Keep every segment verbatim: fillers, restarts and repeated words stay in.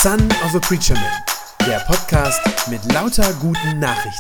Son of a Preacher Man, der Podcast mit lauter guten Nachrichten.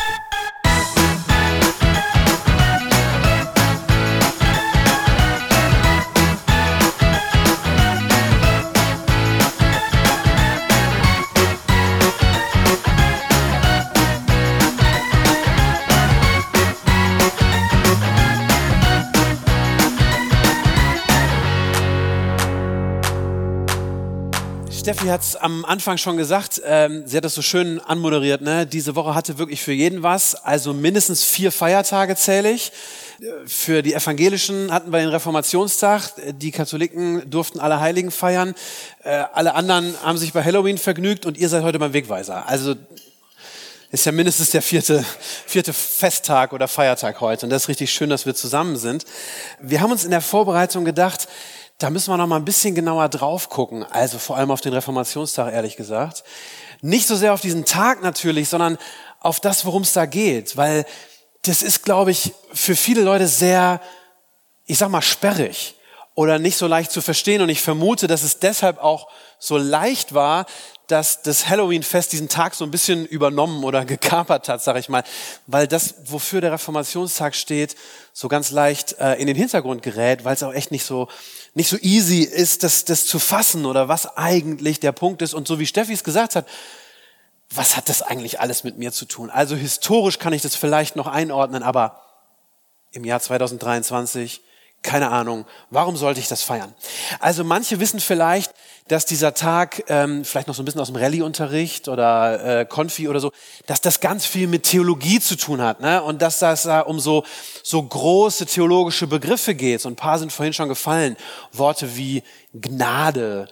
Steffi hat es am Anfang schon gesagt, ähm, sie hat das so schön anmoderiert, ne? Diese Woche hatte wirklich für jeden was, also mindestens vier Feiertage zähle ich. Für die Evangelischen hatten wir den Reformationstag, die Katholiken durften Allerheiligen feiern, äh, alle anderen haben sich bei Halloween vergnügt und ihr seid heute beim Wegweiser. Also ist ja mindestens der vierte, vierte Festtag oder Feiertag heute und das ist richtig schön, dass wir zusammen sind. Wir haben uns in der Vorbereitung gedacht, da müssen wir noch mal ein bisschen genauer drauf gucken, also vor allem auf den Reformationstag, ehrlich gesagt. Nicht so sehr auf diesen Tag natürlich, sondern auf das, worum es da geht, weil das ist, glaube ich, für viele Leute sehr, ich sag mal, sperrig oder nicht so leicht zu verstehen und ich vermute, dass es deshalb auch so leicht war, dass das Halloween-Fest diesen Tag so ein bisschen übernommen oder gekapert hat, sag ich mal, weil das, wofür der Reformationstag steht, so ganz leicht äh, in den Hintergrund gerät, weil es auch echt nicht so nicht so easy ist, das, das zu fassen oder was eigentlich der Punkt ist. Und so wie Steffi es gesagt hat, was hat das eigentlich alles mit mir zu tun? Also historisch kann ich das vielleicht noch einordnen, aber im Jahr zwanzig dreiundzwanzig, keine Ahnung, warum sollte ich das feiern? Also manche wissen vielleicht, dass dieser Tag, ähm, vielleicht noch so ein bisschen aus dem Rallye-Unterricht oder äh, Konfi oder so, dass das ganz viel mit Theologie zu tun hat, ne? Und dass das da um so, so große theologische Begriffe geht. So ein paar sind vorhin schon gefallen. Worte wie Gnade,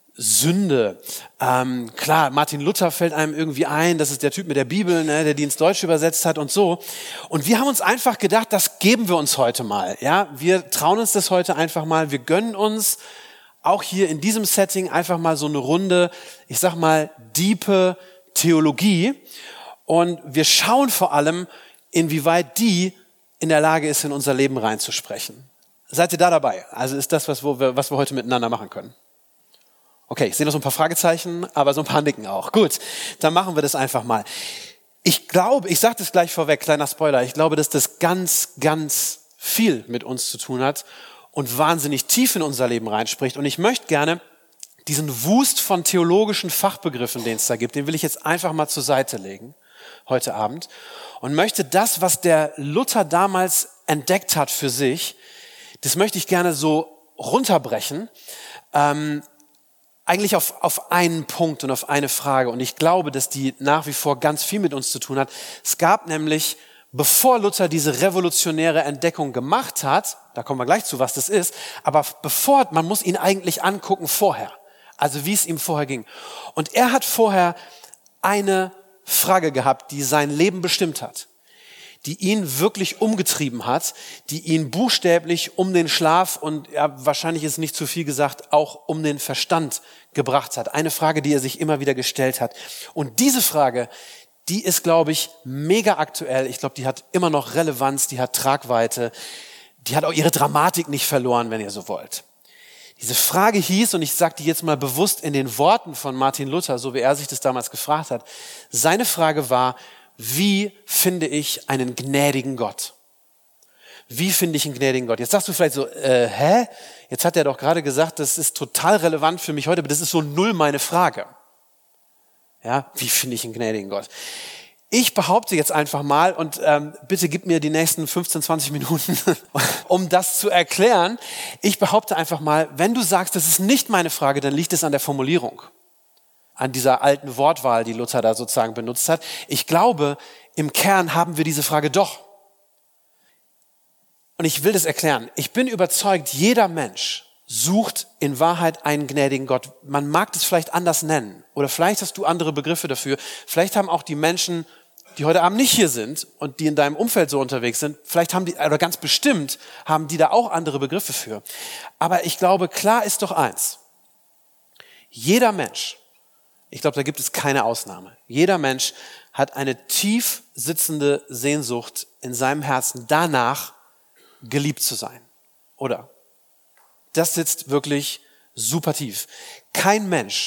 Sünde. Ähm, klar, Martin Luther fällt einem irgendwie ein, das ist der Typ mit der Bibel, ne, der die ins Deutsche übersetzt hat und so. Und wir haben uns einfach gedacht, das geben wir uns heute mal. Ja, wir trauen uns das heute einfach mal. Wir gönnen uns auch hier in diesem Setting einfach mal so eine Runde, ich sag mal, diepe Theologie. Und wir schauen vor allem, inwieweit die in der Lage ist, in unser Leben reinzusprechen. Seid ihr da dabei? Also ist das, was wir, was wir heute miteinander machen können? Okay, ich sehe noch so ein paar Fragezeichen, aber so ein paar Nicken auch. Gut, dann machen wir das einfach mal. Ich glaube, ich sage das gleich vorweg, kleiner Spoiler, ich glaube, dass das ganz, ganz viel mit uns zu tun hat und wahnsinnig tief in unser Leben reinspricht. Und ich möchte gerne diesen Wust von theologischen Fachbegriffen, den es da gibt, den will ich jetzt einfach mal zur Seite legen, heute Abend. Und möchte das, was der Luther damals entdeckt hat für sich, das möchte ich gerne so runterbrechen, ähm, eigentlich auf, auf einen Punkt und auf eine Frage. Und ich glaube, dass die nach wie vor ganz viel mit uns zu tun hat. Es gab nämlich, bevor Luther diese revolutionäre Entdeckung gemacht hat, da kommen wir gleich zu, was das ist, aber bevor, man muss ihn eigentlich angucken vorher. Also wie es ihm vorher ging. Und er hat vorher eine Frage gehabt, die sein Leben bestimmt hat, die ihn wirklich umgetrieben hat, die ihn buchstäblich um den Schlaf und ja, wahrscheinlich ist nicht zu viel gesagt, auch um den Verstand gebracht hat. Eine Frage, die er sich immer wieder gestellt hat. Und diese Frage, die ist, glaube ich, mega aktuell. Ich glaube, die hat immer noch Relevanz, die hat Tragweite, die hat auch ihre Dramatik nicht verloren, wenn ihr so wollt. Diese Frage hieß, und ich sage die jetzt mal bewusst in den Worten von Martin Luther, so wie er sich das damals gefragt hat, seine Frage war, wie finde ich einen gnädigen Gott? Wie finde ich einen gnädigen Gott? Jetzt sagst du vielleicht so, äh, hä? Jetzt hat er doch gerade gesagt, das ist total relevant für mich heute, aber das ist so null meine Frage. Ja, wie finde ich einen gnädigen Gott? Ich behaupte jetzt einfach mal, und ähm, bitte gib mir die nächsten fünfzehn, zwanzig Minuten, um das zu erklären. Ich behaupte einfach mal, wenn du sagst, das ist nicht meine Frage, dann liegt es an der Formulierung, an dieser alten Wortwahl, die Luther da sozusagen benutzt hat. Ich glaube, im Kern haben wir diese Frage doch. Und ich will das erklären. Ich bin überzeugt, jeder Mensch sucht in Wahrheit einen gnädigen Gott. Man mag das vielleicht anders nennen oder vielleicht hast du andere Begriffe dafür. Vielleicht haben auch die Menschen, die heute Abend nicht hier sind und die in deinem Umfeld so unterwegs sind, vielleicht haben die, oder ganz bestimmt haben die da auch andere Begriffe für. Aber ich glaube, klar ist doch eins. Jeder Mensch, ich glaube, da gibt es keine Ausnahme. Jeder Mensch hat eine tief sitzende Sehnsucht in seinem Herzen danach, geliebt zu sein. Oder? Das sitzt wirklich super tief. Kein Mensch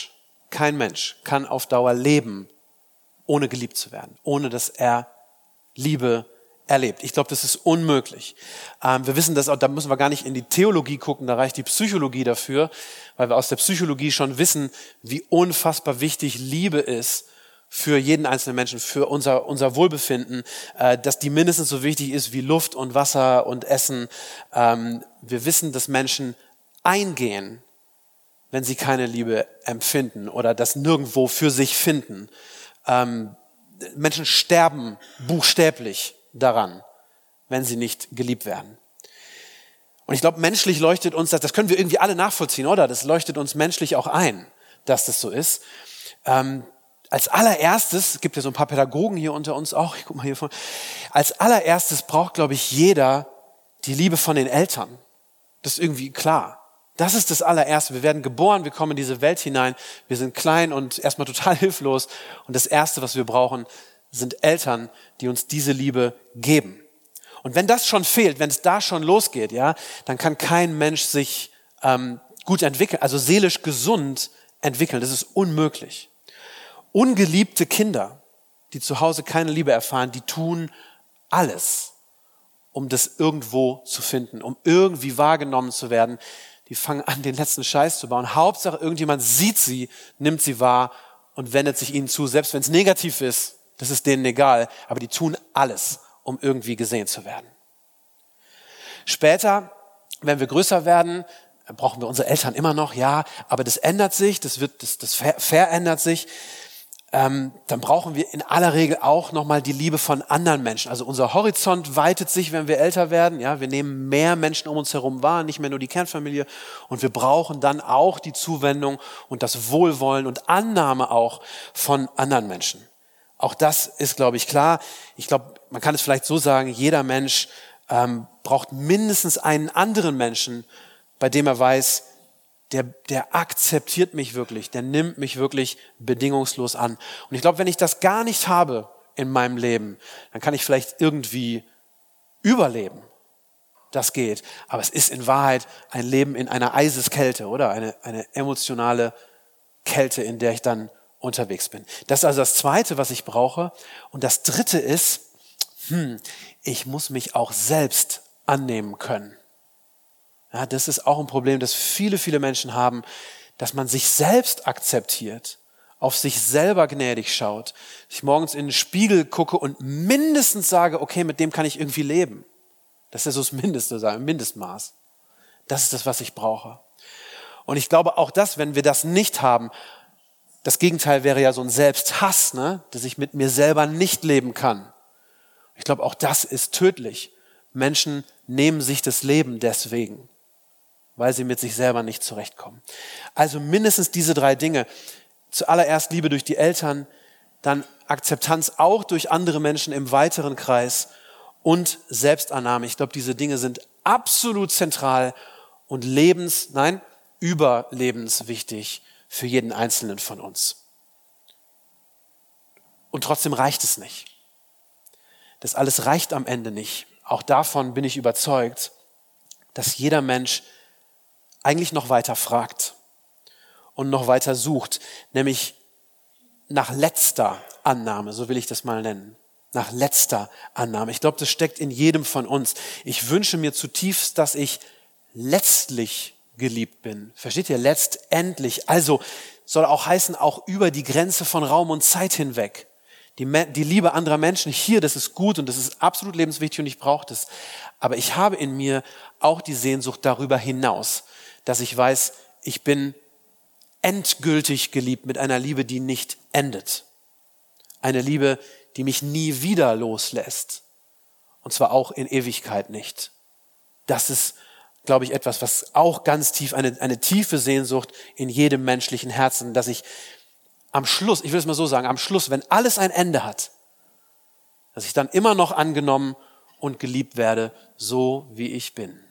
kein Mensch kann auf Dauer leben, ohne geliebt zu werden, ohne dass er Liebe erlebt. Ich glaube, das ist unmöglich. Ähm, wir wissen das auch, da müssen wir gar nicht in die Theologie gucken, da reicht die Psychologie dafür, weil wir aus der Psychologie schon wissen, wie unfassbar wichtig Liebe ist für jeden einzelnen Menschen, für unser, unser Wohlbefinden, äh, dass die mindestens so wichtig ist wie Luft und Wasser und Essen. Ähm, wir wissen, dass Menschen eingehen, wenn sie keine Liebe empfinden oder das nirgendwo für sich finden. Ähm, Menschen sterben buchstäblich daran, wenn sie nicht geliebt werden. Und ich glaube, menschlich leuchtet uns das, das können wir irgendwie alle nachvollziehen, oder? Das leuchtet uns menschlich auch ein, dass das so ist. Ähm, als allererstes, es gibt ja so ein paar Pädagogen hier unter uns auch, ich guck mal hier vor, als allererstes braucht, glaube ich, jeder die Liebe von den Eltern. Das ist irgendwie klar. Das ist das allererste. Wir werden geboren, wir kommen in diese Welt hinein, wir sind klein und erstmal total hilflos. Und das Erste, was wir brauchen, sind Eltern, die uns diese Liebe geben. Und wenn das schon fehlt, wenn es da schon losgeht, ja, dann kann kein Mensch sich ähm, gut entwickeln, also seelisch gesund entwickeln. Das ist unmöglich. Ungeliebte Kinder, die zu Hause keine Liebe erfahren, die tun alles, um das irgendwo zu finden, um irgendwie wahrgenommen zu werden. Die fangen an, den letzten Scheiß zu bauen. Hauptsache, irgendjemand sieht sie, nimmt sie wahr und wendet sich ihnen zu. Selbst wenn es negativ ist, das ist denen egal. Aber die tun alles, um irgendwie gesehen zu werden. Später, wenn wir größer werden, brauchen wir unsere Eltern immer noch, ja. Aber das ändert sich, das wird, das, das ver- verändert sich. Ähm, dann brauchen wir in aller Regel auch nochmal die Liebe von anderen Menschen. Also unser Horizont weitet sich, wenn wir älter werden. Ja, wir nehmen mehr Menschen um uns herum wahr, nicht mehr nur die Kernfamilie. Und wir brauchen dann auch die Zuwendung und das Wohlwollen und Annahme auch von anderen Menschen. Auch das ist, glaube ich, klar. Ich glaube, man kann es vielleicht so sagen, jeder Mensch ähm, braucht mindestens einen anderen Menschen, bei dem er weiß, Der, der akzeptiert mich wirklich, der nimmt mich wirklich bedingungslos an. Und ich glaube, wenn ich das gar nicht habe in meinem Leben, dann kann ich vielleicht irgendwie überleben. Das geht. Aber es ist in Wahrheit ein Leben in einer Eiseskälte, oder? Eine, eine emotionale Kälte, in der ich dann unterwegs bin. Das ist also das Zweite, was ich brauche. Und das Dritte ist, hm, ich muss mich auch selbst annehmen können. Ja, das ist auch ein Problem, das viele, viele Menschen haben, dass man sich selbst akzeptiert, auf sich selber gnädig schaut, ich morgens in den Spiegel gucke und mindestens sage, okay, mit dem kann ich irgendwie leben. Das ist so das Mindeste, ein Mindestmaß. Das ist das, was ich brauche. Und ich glaube auch das, wenn wir das nicht haben, das Gegenteil wäre ja so ein Selbsthass, ne? Dass ich mit mir selber nicht leben kann. Ich glaube, auch das ist tödlich. Menschen nehmen sich das Leben deswegen, weil sie mit sich selber nicht zurechtkommen. Also mindestens diese drei Dinge. Zuallererst Liebe durch die Eltern, dann Akzeptanz auch durch andere Menschen im weiteren Kreis und Selbstannahme. Ich glaube, diese Dinge sind absolut zentral und lebens, nein, überlebenswichtig für jeden Einzelnen von uns. Und trotzdem reicht es nicht. Das alles reicht am Ende nicht. Auch davon bin ich überzeugt, dass jeder Mensch eigentlich noch weiter fragt und noch weiter sucht, nämlich nach letzter Annahme, so will ich das mal nennen, nach letzter Annahme. Ich glaube, das steckt in jedem von uns. Ich wünsche mir zutiefst, dass ich letztlich geliebt bin. Versteht ihr? Letztendlich. Also soll auch heißen, auch über die Grenze von Raum und Zeit hinweg. Die, die Liebe anderer Menschen hier, das ist gut und das ist absolut lebenswichtig und ich brauche das. Aber ich habe in mir auch die Sehnsucht darüber hinaus, dass ich weiß, ich bin endgültig geliebt mit einer Liebe, die nicht endet. Eine Liebe, die mich nie wieder loslässt. Und zwar auch in Ewigkeit nicht. Das ist, glaube ich, etwas, was auch ganz tief, eine, eine tiefe Sehnsucht in jedem menschlichen Herzen, dass ich am Schluss, ich will es mal so sagen, am Schluss, wenn alles ein Ende hat, dass ich dann immer noch angenommen und geliebt werde, so wie ich bin.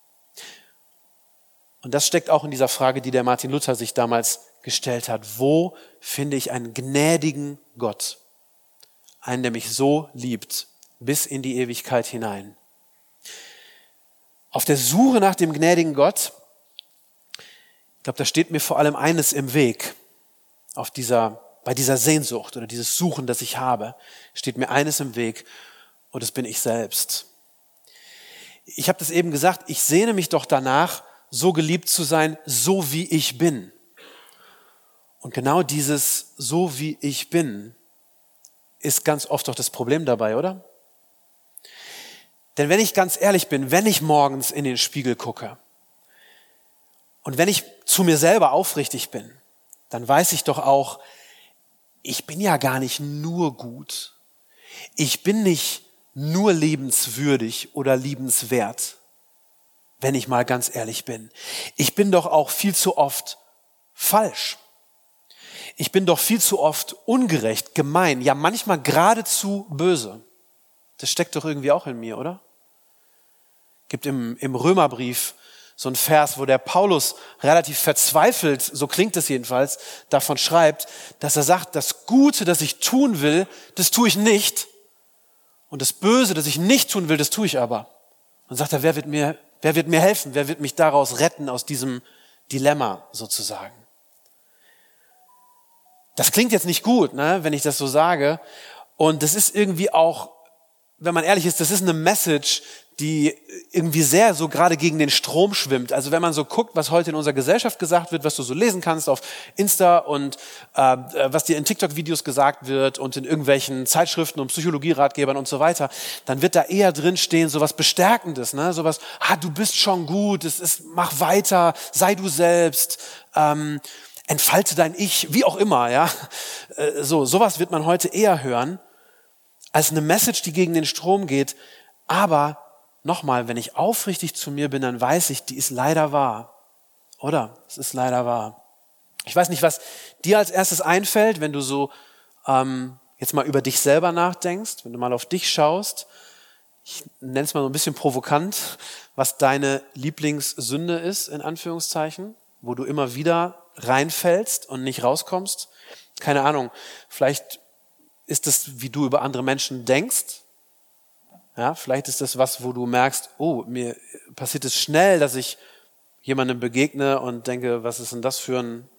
Und das steckt auch in dieser Frage, die der Martin Luther sich damals gestellt hat. Wo finde ich einen gnädigen Gott? Einen, der mich so liebt, bis in die Ewigkeit hinein. Auf der Suche nach dem gnädigen Gott, ich glaube, da steht mir vor allem eines im Weg. auf dieser, bei dieser Sehnsucht oder dieses Suchen, das ich habe, steht mir eines im Weg und das bin ich selbst. Ich habe das eben gesagt, ich sehne mich doch danach, so geliebt zu sein, so wie ich bin. Und genau dieses so wie ich bin ist ganz oft doch das Problem dabei, oder? Denn wenn ich ganz ehrlich bin, wenn ich morgens in den Spiegel gucke und wenn ich zu mir selber aufrichtig bin, dann weiß ich doch auch, ich bin ja gar nicht nur gut. Ich bin nicht nur liebenswürdig oder liebenswert, wenn ich mal ganz ehrlich bin. Ich bin doch auch viel zu oft falsch. Ich bin doch viel zu oft ungerecht, gemein, ja manchmal geradezu böse. Das steckt doch irgendwie auch in mir, oder? Gibt im, im Römerbrief so einen Vers, wo der Paulus relativ verzweifelt, so klingt es jedenfalls, davon schreibt, dass er sagt, das Gute, das ich tun will, das tue ich nicht. Und das Böse, das ich nicht tun will, das tue ich aber. Und sagt er, wer wird mir, wer wird mir helfen? Wer wird mich daraus retten, aus diesem Dilemma sozusagen? Das klingt jetzt nicht gut, ne, wenn ich das so sage. Und das ist irgendwie auch, wenn man ehrlich ist, das ist eine Message, die irgendwie sehr so gerade gegen den Strom schwimmt. Also wenn man so guckt, was heute in unserer Gesellschaft gesagt wird, was du so lesen kannst auf Insta und äh, was dir in TikTok-Videos gesagt wird und in irgendwelchen Zeitschriften und Psychologieratgebern und so weiter, dann wird da eher drin stehen, sowas Bestärkendes, ne? Sowas, ah, du bist schon gut, es ist, mach weiter, sei du selbst, ähm, entfalte dein Ich, wie auch immer, ja. Äh, so, sowas wird man heute eher hören, als eine Message, die gegen den Strom geht. Aber nochmal, wenn ich aufrichtig zu mir bin, dann weiß ich, die ist leider wahr. Oder? Es ist leider wahr. Ich weiß nicht, was dir als erstes einfällt, wenn du so ähm, jetzt mal über dich selber nachdenkst, wenn du mal auf dich schaust. Ich nenne es mal so ein bisschen provokant, was deine Lieblingssünde ist, in Anführungszeichen, wo du immer wieder reinfällst und nicht rauskommst. Keine Ahnung, vielleicht ist es, wie du über andere Menschen denkst. Ja, vielleicht ist das was, wo du merkst, oh, mir passiert es schnell, dass ich jemandem begegne und denke, was ist denn das für ein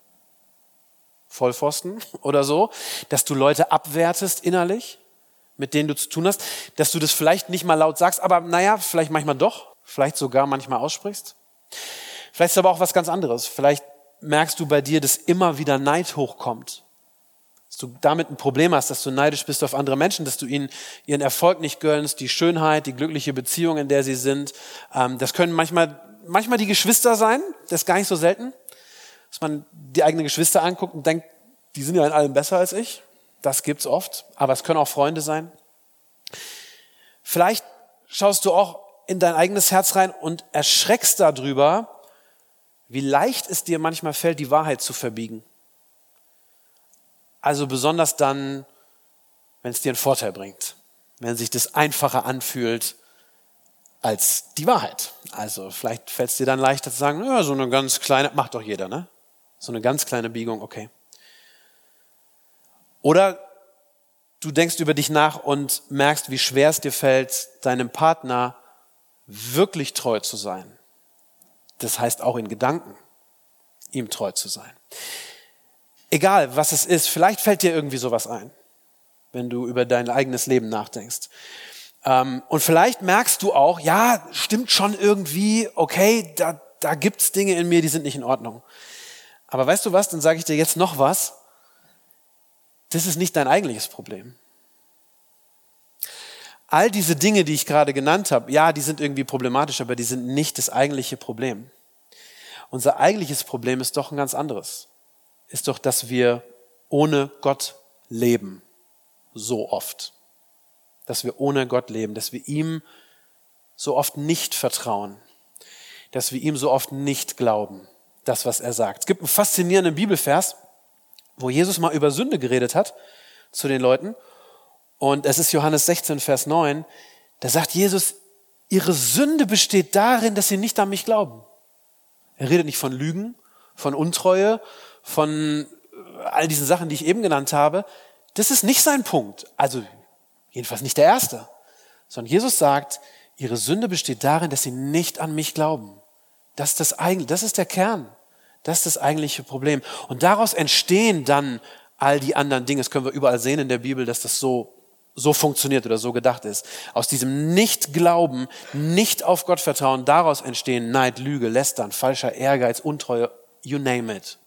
Vollpfosten oder so, dass du Leute abwertest innerlich, mit denen du zu tun hast, dass du das vielleicht nicht mal laut sagst, aber naja, vielleicht manchmal doch, vielleicht sogar manchmal aussprichst. Vielleicht ist aber auch was ganz anderes. Vielleicht merkst du bei dir, dass immer wieder Neid hochkommt. Dass du damit ein Problem hast, dass du neidisch bist auf andere Menschen, dass du ihnen ihren Erfolg nicht gönnst, die Schönheit, die glückliche Beziehung, in der sie sind. Das können manchmal, manchmal die Geschwister sein, das ist gar nicht so selten, dass man die eigenen Geschwister anguckt und denkt, die sind ja in allem besser als ich. Das gibt's oft, aber es können auch Freunde sein. Vielleicht schaust du auch in dein eigenes Herz rein und erschreckst darüber, wie leicht es dir manchmal fällt, die Wahrheit zu verbiegen. Also besonders dann, wenn es dir einen Vorteil bringt, wenn sich das einfacher anfühlt als die Wahrheit. Also vielleicht fällt es dir dann leichter zu sagen, ja, so eine ganz kleine, macht doch jeder, ne? So eine ganz kleine Biegung, okay. Oder du denkst über dich nach und merkst, wie schwer es dir fällt, deinem Partner wirklich treu zu sein. Das heißt auch in Gedanken, ihm treu zu sein. Egal, was es ist, vielleicht fällt dir irgendwie sowas ein, wenn du über dein eigenes Leben nachdenkst. Und vielleicht merkst du auch, ja, stimmt schon irgendwie, okay, da, da gibt's Dinge in mir, die sind nicht in Ordnung. Aber weißt du was, dann sage ich dir jetzt noch was. Das ist nicht dein eigentliches Problem. All diese Dinge, die ich gerade genannt habe, ja, die sind irgendwie problematisch, aber die sind nicht das eigentliche Problem. Unser eigentliches Problem ist doch ein ganz anderes. Ist doch, dass wir ohne Gott leben. So oft. Dass wir ohne Gott leben, dass wir ihm so oft nicht vertrauen. Dass wir ihm so oft nicht glauben, das, was er sagt. Es gibt einen faszinierenden Bibelvers, wo Jesus mal über Sünde geredet hat zu den Leuten. Und es ist Johannes sechzehn, Vers neun. Da sagt Jesus, ihre Sünde besteht darin, dass sie nicht an mich glauben. Er redet nicht von Lügen, von Untreue, von all diesen Sachen, die ich eben genannt habe. Das ist nicht sein Punkt. Also jedenfalls nicht der erste. Sondern Jesus sagt, ihre Sünde besteht darin, dass sie nicht an mich glauben. Das ist das eigentlich, das ist der Kern. Das ist das eigentliche Problem. Und daraus entstehen dann all die anderen Dinge. Das können wir überall sehen in der Bibel, dass das so, so funktioniert oder so gedacht ist. Aus diesem Nicht-Glauben, nicht auf Gott vertrauen, daraus entstehen Neid, Lüge, Lästern, falscher Ehrgeiz, Untreue, you name it.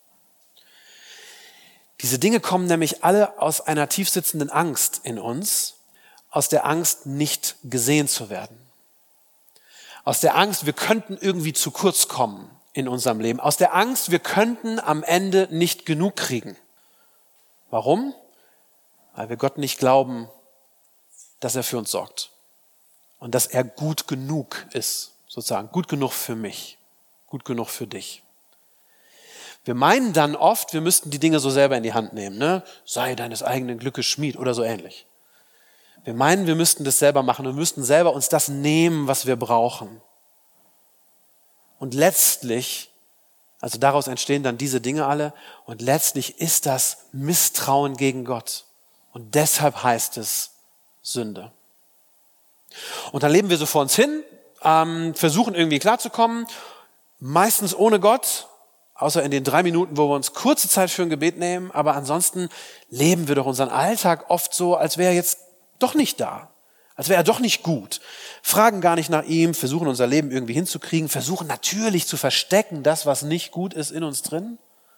Diese Dinge kommen nämlich alle aus einer tiefsitzenden Angst in uns, aus der Angst, nicht gesehen zu werden. Aus der Angst, wir könnten irgendwie zu kurz kommen in unserem Leben. Aus der Angst, wir könnten am Ende nicht genug kriegen. Warum? Weil wir Gott nicht glauben, dass er für uns sorgt. Und dass er gut genug ist, sozusagen. Gut genug für mich. Gut genug für dich. Wir meinen dann oft, wir müssten die Dinge so selber in die Hand nehmen. Ne? Sei deines eigenen Glückes Schmied oder so ähnlich. Wir meinen, wir müssten das selber machen und müssten selber uns das nehmen, was wir brauchen. Und letztlich, also daraus entstehen dann diese Dinge alle, und letztlich ist das Misstrauen gegen Gott. Und deshalb heißt es Sünde. Und dann leben wir so vor uns hin, ähm, versuchen irgendwie klarzukommen, meistens ohne Gott, außer in den drei Minuten, wo wir uns kurze Zeit für ein Gebet nehmen, aber ansonsten leben wir doch unseren Alltag oft so, als wäre er jetzt doch nicht da, als wäre er doch nicht gut. Fragen gar nicht nach ihm, versuchen unser Leben irgendwie hinzukriegen, versuchen natürlich zu verstecken, das, was nicht gut ist, in uns drin.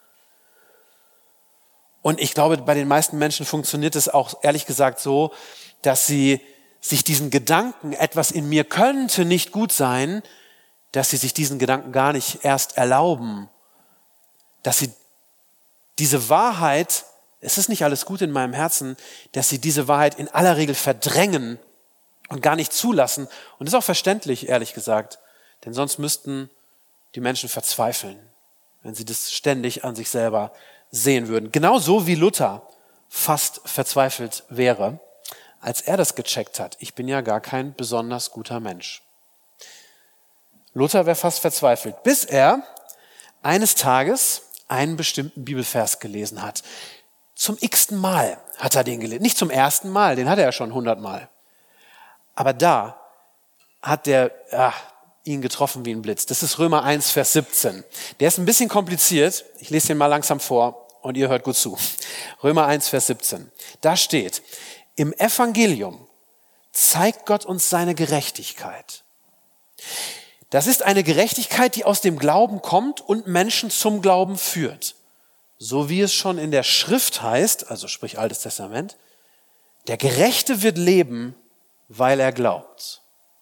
Und ich glaube, bei den meisten Menschen funktioniert es auch ehrlich gesagt so, dass sie sich diesen Gedanken, etwas in mir könnte nicht gut sein, dass sie sich diesen Gedanken gar nicht erst erlauben, dass sie diese Wahrheit, es ist nicht alles gut in meinem Herzen, dass sie diese Wahrheit in aller Regel verdrängen und gar nicht zulassen. Und das ist auch verständlich, ehrlich gesagt, denn sonst müssten die Menschen verzweifeln, wenn sie das ständig an sich selber sehen würden. Genauso wie Luther fast verzweifelt wäre, als er das gecheckt hat. Ich bin ja gar kein besonders guter Mensch. Luther wäre fast verzweifelt, bis er eines Tages einen bestimmten Bibelvers gelesen hat. Zum x-ten Mal hat er den gelesen. Nicht zum ersten Mal, den hat er ja schon hundertmal. Aber da hat der ach, ihn getroffen wie ein Blitz. Das ist Römer eins, Vers siebzehn. Der ist ein bisschen kompliziert. Ich lese den mal langsam vor und ihr hört gut zu. Römer eins, Vers siebzehn. Da steht, im Evangelium zeigt Gott uns seine Gerechtigkeit. Das ist eine Gerechtigkeit, die aus dem Glauben kommt und Menschen zum Glauben führt. So wie es schon in der Schrift heißt, also sprich Altes Testament, der Gerechte wird leben, weil er glaubt.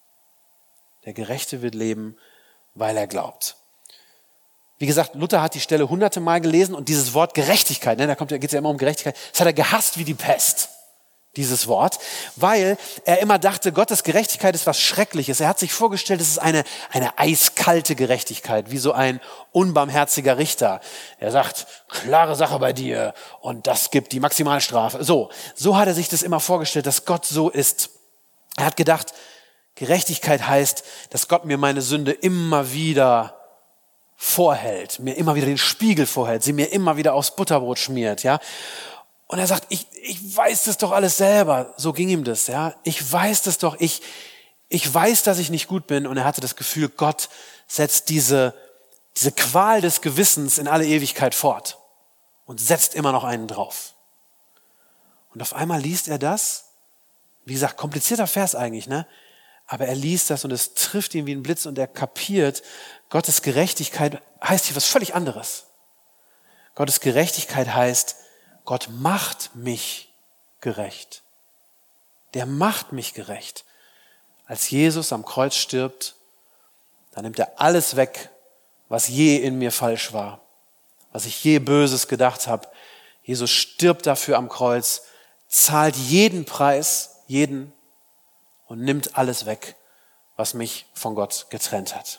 Der Gerechte wird leben, weil er glaubt. Wie gesagt, Luther hat die Stelle hunderte Mal gelesen und dieses Wort Gerechtigkeit, ne, da kommt, da geht es ja immer um Gerechtigkeit, das hat er gehasst wie die Pest, dieses Wort, weil er immer dachte, Gottes Gerechtigkeit ist was Schreckliches. Er hat sich vorgestellt, es ist eine, eine eiskalte Gerechtigkeit, wie so ein unbarmherziger Richter. Er sagt, klare Sache bei dir und das gibt die Maximalstrafe. So, so hat er sich das immer vorgestellt, dass Gott so ist. Er hat gedacht, Gerechtigkeit heißt, dass Gott mir meine Sünde immer wieder vorhält, mir immer wieder den Spiegel vorhält, sie mir immer wieder aufs Butterbrot schmiert, ja. Und er sagt, ich, ich weiß das doch alles selber. So ging ihm das, ja. Ich weiß das doch, ich, ich weiß, dass ich nicht gut bin. Und er hatte das Gefühl, Gott setzt diese, diese Qual des Gewissens in alle Ewigkeit fort und setzt immer noch einen drauf. Und auf einmal liest er das, wie gesagt, komplizierter Vers eigentlich, ne? Aber er liest das und es trifft ihn wie ein Blitz und er kapiert, Gottes Gerechtigkeit heißt hier was völlig anderes. Gottes Gerechtigkeit heißt, Gott macht mich gerecht. Der macht mich gerecht. Als Jesus am Kreuz stirbt, dann nimmt er alles weg, was je in mir falsch war, was ich je Böses gedacht habe. Jesus stirbt dafür am Kreuz, zahlt jeden Preis, jeden, und nimmt alles weg, was mich von Gott getrennt hat.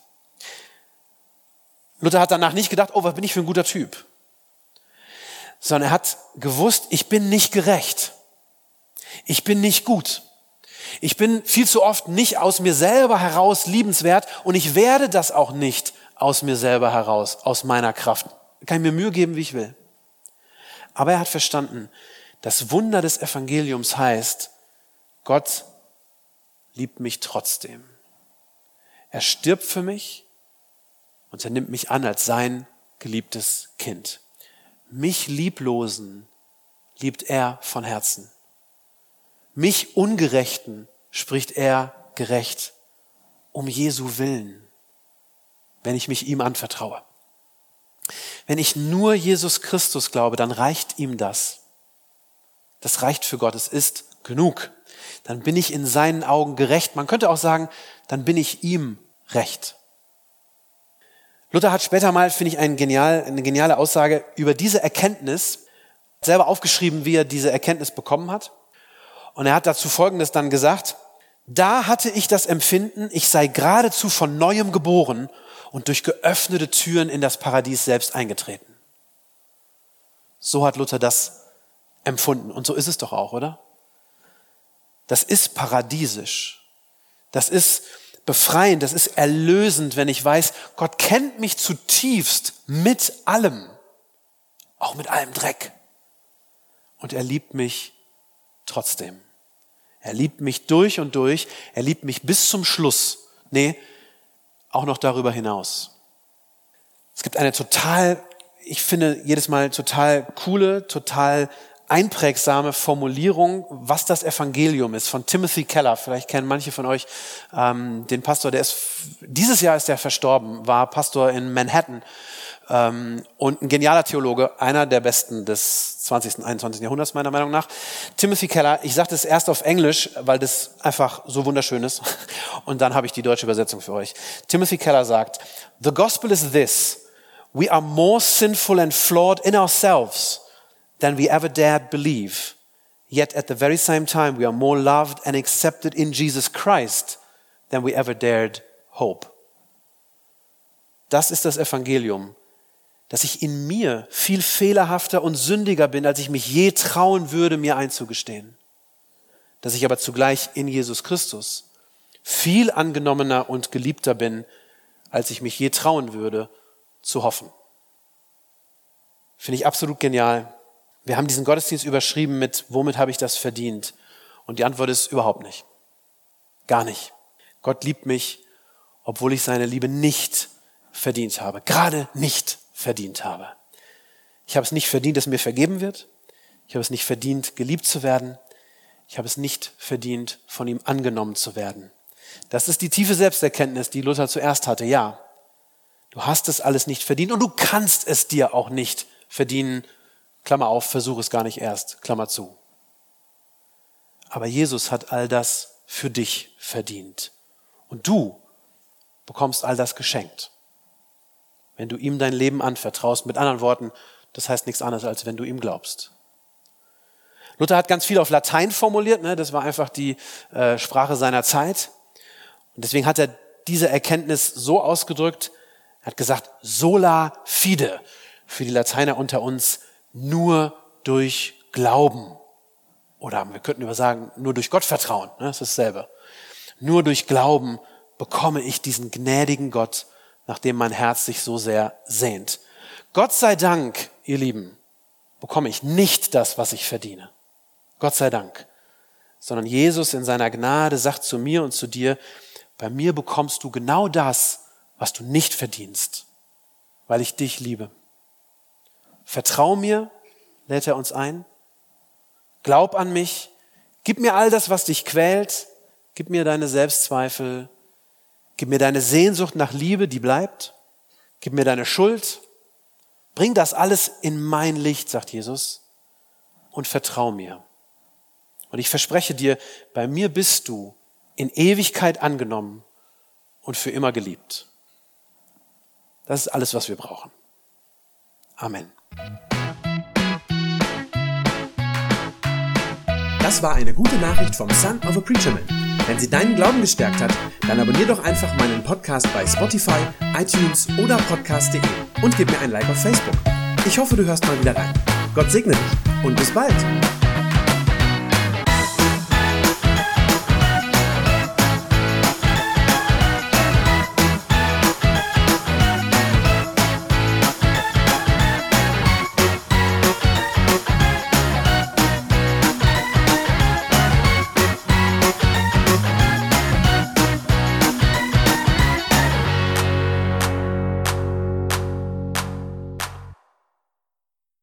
Luther hat danach nicht gedacht, oh, was bin ich für ein guter Typ, sondern er hat gewusst, ich bin nicht gerecht. Ich bin nicht gut. Ich bin viel zu oft nicht aus mir selber heraus liebenswert und ich werde das auch nicht aus mir selber heraus, aus meiner Kraft. Kann ich mir Mühe geben, wie ich will. Aber er hat verstanden, das Wunder des Evangeliums heißt, Gott liebt mich trotzdem. Er stirbt für mich und er nimmt mich an als sein geliebtes Kind. Mich lieblosen liebt er von Herzen. Mich Ungerechten spricht er gerecht, um Jesu Willen, wenn ich mich ihm anvertraue. Wenn ich nur Jesus Christus glaube, dann reicht ihm das. Das reicht für Gott, es ist genug. Dann bin ich in seinen Augen gerecht. Man könnte auch sagen, dann bin ich ihm recht. Luther hat später mal, finde ich, eine geniale, eine geniale Aussage über diese Erkenntnis, selber aufgeschrieben, wie er diese Erkenntnis bekommen hat. Und er hat dazu Folgendes dann gesagt: Da hatte ich das Empfinden, ich sei geradezu von Neuem geboren und durch geöffnete Türen in das Paradies selbst eingetreten. So hat Luther das empfunden. Und so ist es doch auch, oder? Das ist paradiesisch. Das ist befreiend, das ist erlösend, wenn ich weiß, Gott kennt mich zutiefst mit allem, auch mit allem Dreck. Und er liebt mich trotzdem. Er liebt mich durch und durch, er liebt mich bis zum Schluss. Nee, auch noch darüber hinaus. Es gibt eine total, ich finde jedes Mal total coole, total einprägsame Formulierung, was das Evangelium ist, von Timothy Keller. Vielleicht kennen manche von euch ähm, den Pastor, der ist, dieses Jahr ist er verstorben, war Pastor in Manhattan ähm, und ein genialer Theologe, einer der besten des zwanzigsten, einundzwanzigsten Jahrhunderts meiner Meinung nach. Timothy Keller, ich sage das erst auf Englisch, weil das einfach so wunderschön ist und dann habe ich die deutsche Übersetzung für euch. Timothy Keller sagt: The gospel is this, we are more sinful and flawed in ourselves than we ever dared believe. Yet at the very same time, we are more loved and accepted in Jesus Christ than we ever dared hope. Das ist das Evangelium, dass ich in mir viel fehlerhafter und sündiger bin, als ich mich je trauen würde, mir einzugestehen. Dass ich aber zugleich in Jesus Christus viel angenommener und geliebter bin, als ich mich je trauen würde, zu hoffen. Finde ich absolut genial. Wir haben diesen Gottesdienst überschrieben mit: Womit habe ich das verdient? Und die Antwort ist: überhaupt nicht. Gar nicht. Gott liebt mich, obwohl ich seine Liebe nicht verdient habe. Gerade nicht verdient habe. Ich habe es nicht verdient, dass mir vergeben wird. Ich habe es nicht verdient, geliebt zu werden. Ich habe es nicht verdient, von ihm angenommen zu werden. Das ist die tiefe Selbsterkenntnis, die Luther zuerst hatte. Ja, du hast es alles nicht verdient und du kannst es dir auch nicht verdienen. Klammer auf, versuch es gar nicht erst, Klammer zu. Aber Jesus hat all das für dich verdient. Und du bekommst all das geschenkt, wenn du ihm dein Leben anvertraust. Mit anderen Worten, das heißt nichts anderes, als wenn du ihm glaubst. Luther hat ganz viel auf Latein formuliert, ne? Das war einfach die äh, Sprache seiner Zeit. Und deswegen hat er diese Erkenntnis so ausgedrückt, er hat gesagt, sola fide, für die Lateiner unter uns, nur durch Glauben. Oder wir könnten über sagen, nur durch Gottvertrauen. Ne? Das ist dasselbe. Nur durch Glauben bekomme ich diesen gnädigen Gott, nach dem mein Herz sich so sehr sehnt. Gott sei Dank, ihr Lieben, bekomme ich nicht das, was ich verdiene. Gott sei Dank. Sondern Jesus in seiner Gnade sagt zu mir und zu dir: Bei mir bekommst du genau das, was du nicht verdienst, weil ich dich liebe. Vertrau mir, lädt er uns ein. Glaub an mich. Gib mir all das, was dich quält. Gib mir deine Selbstzweifel. Gib mir deine Sehnsucht nach Liebe, die bleibt. Gib mir deine Schuld. Bring das alles in mein Licht, sagt Jesus, und vertrau mir. Und ich verspreche dir, bei mir bist du in Ewigkeit angenommen und für immer geliebt. Das ist alles, was wir brauchen. Amen. Das war eine gute Nachricht vom Son of a Preacher Man. Wenn sie deinen Glauben gestärkt hat, dann abonnier doch einfach meinen Podcast bei Spotify, iTunes oder podcast punkt de und gib mir ein Like auf Facebook. Ich hoffe, du hörst mal wieder rein. Gott segne dich und bis bald.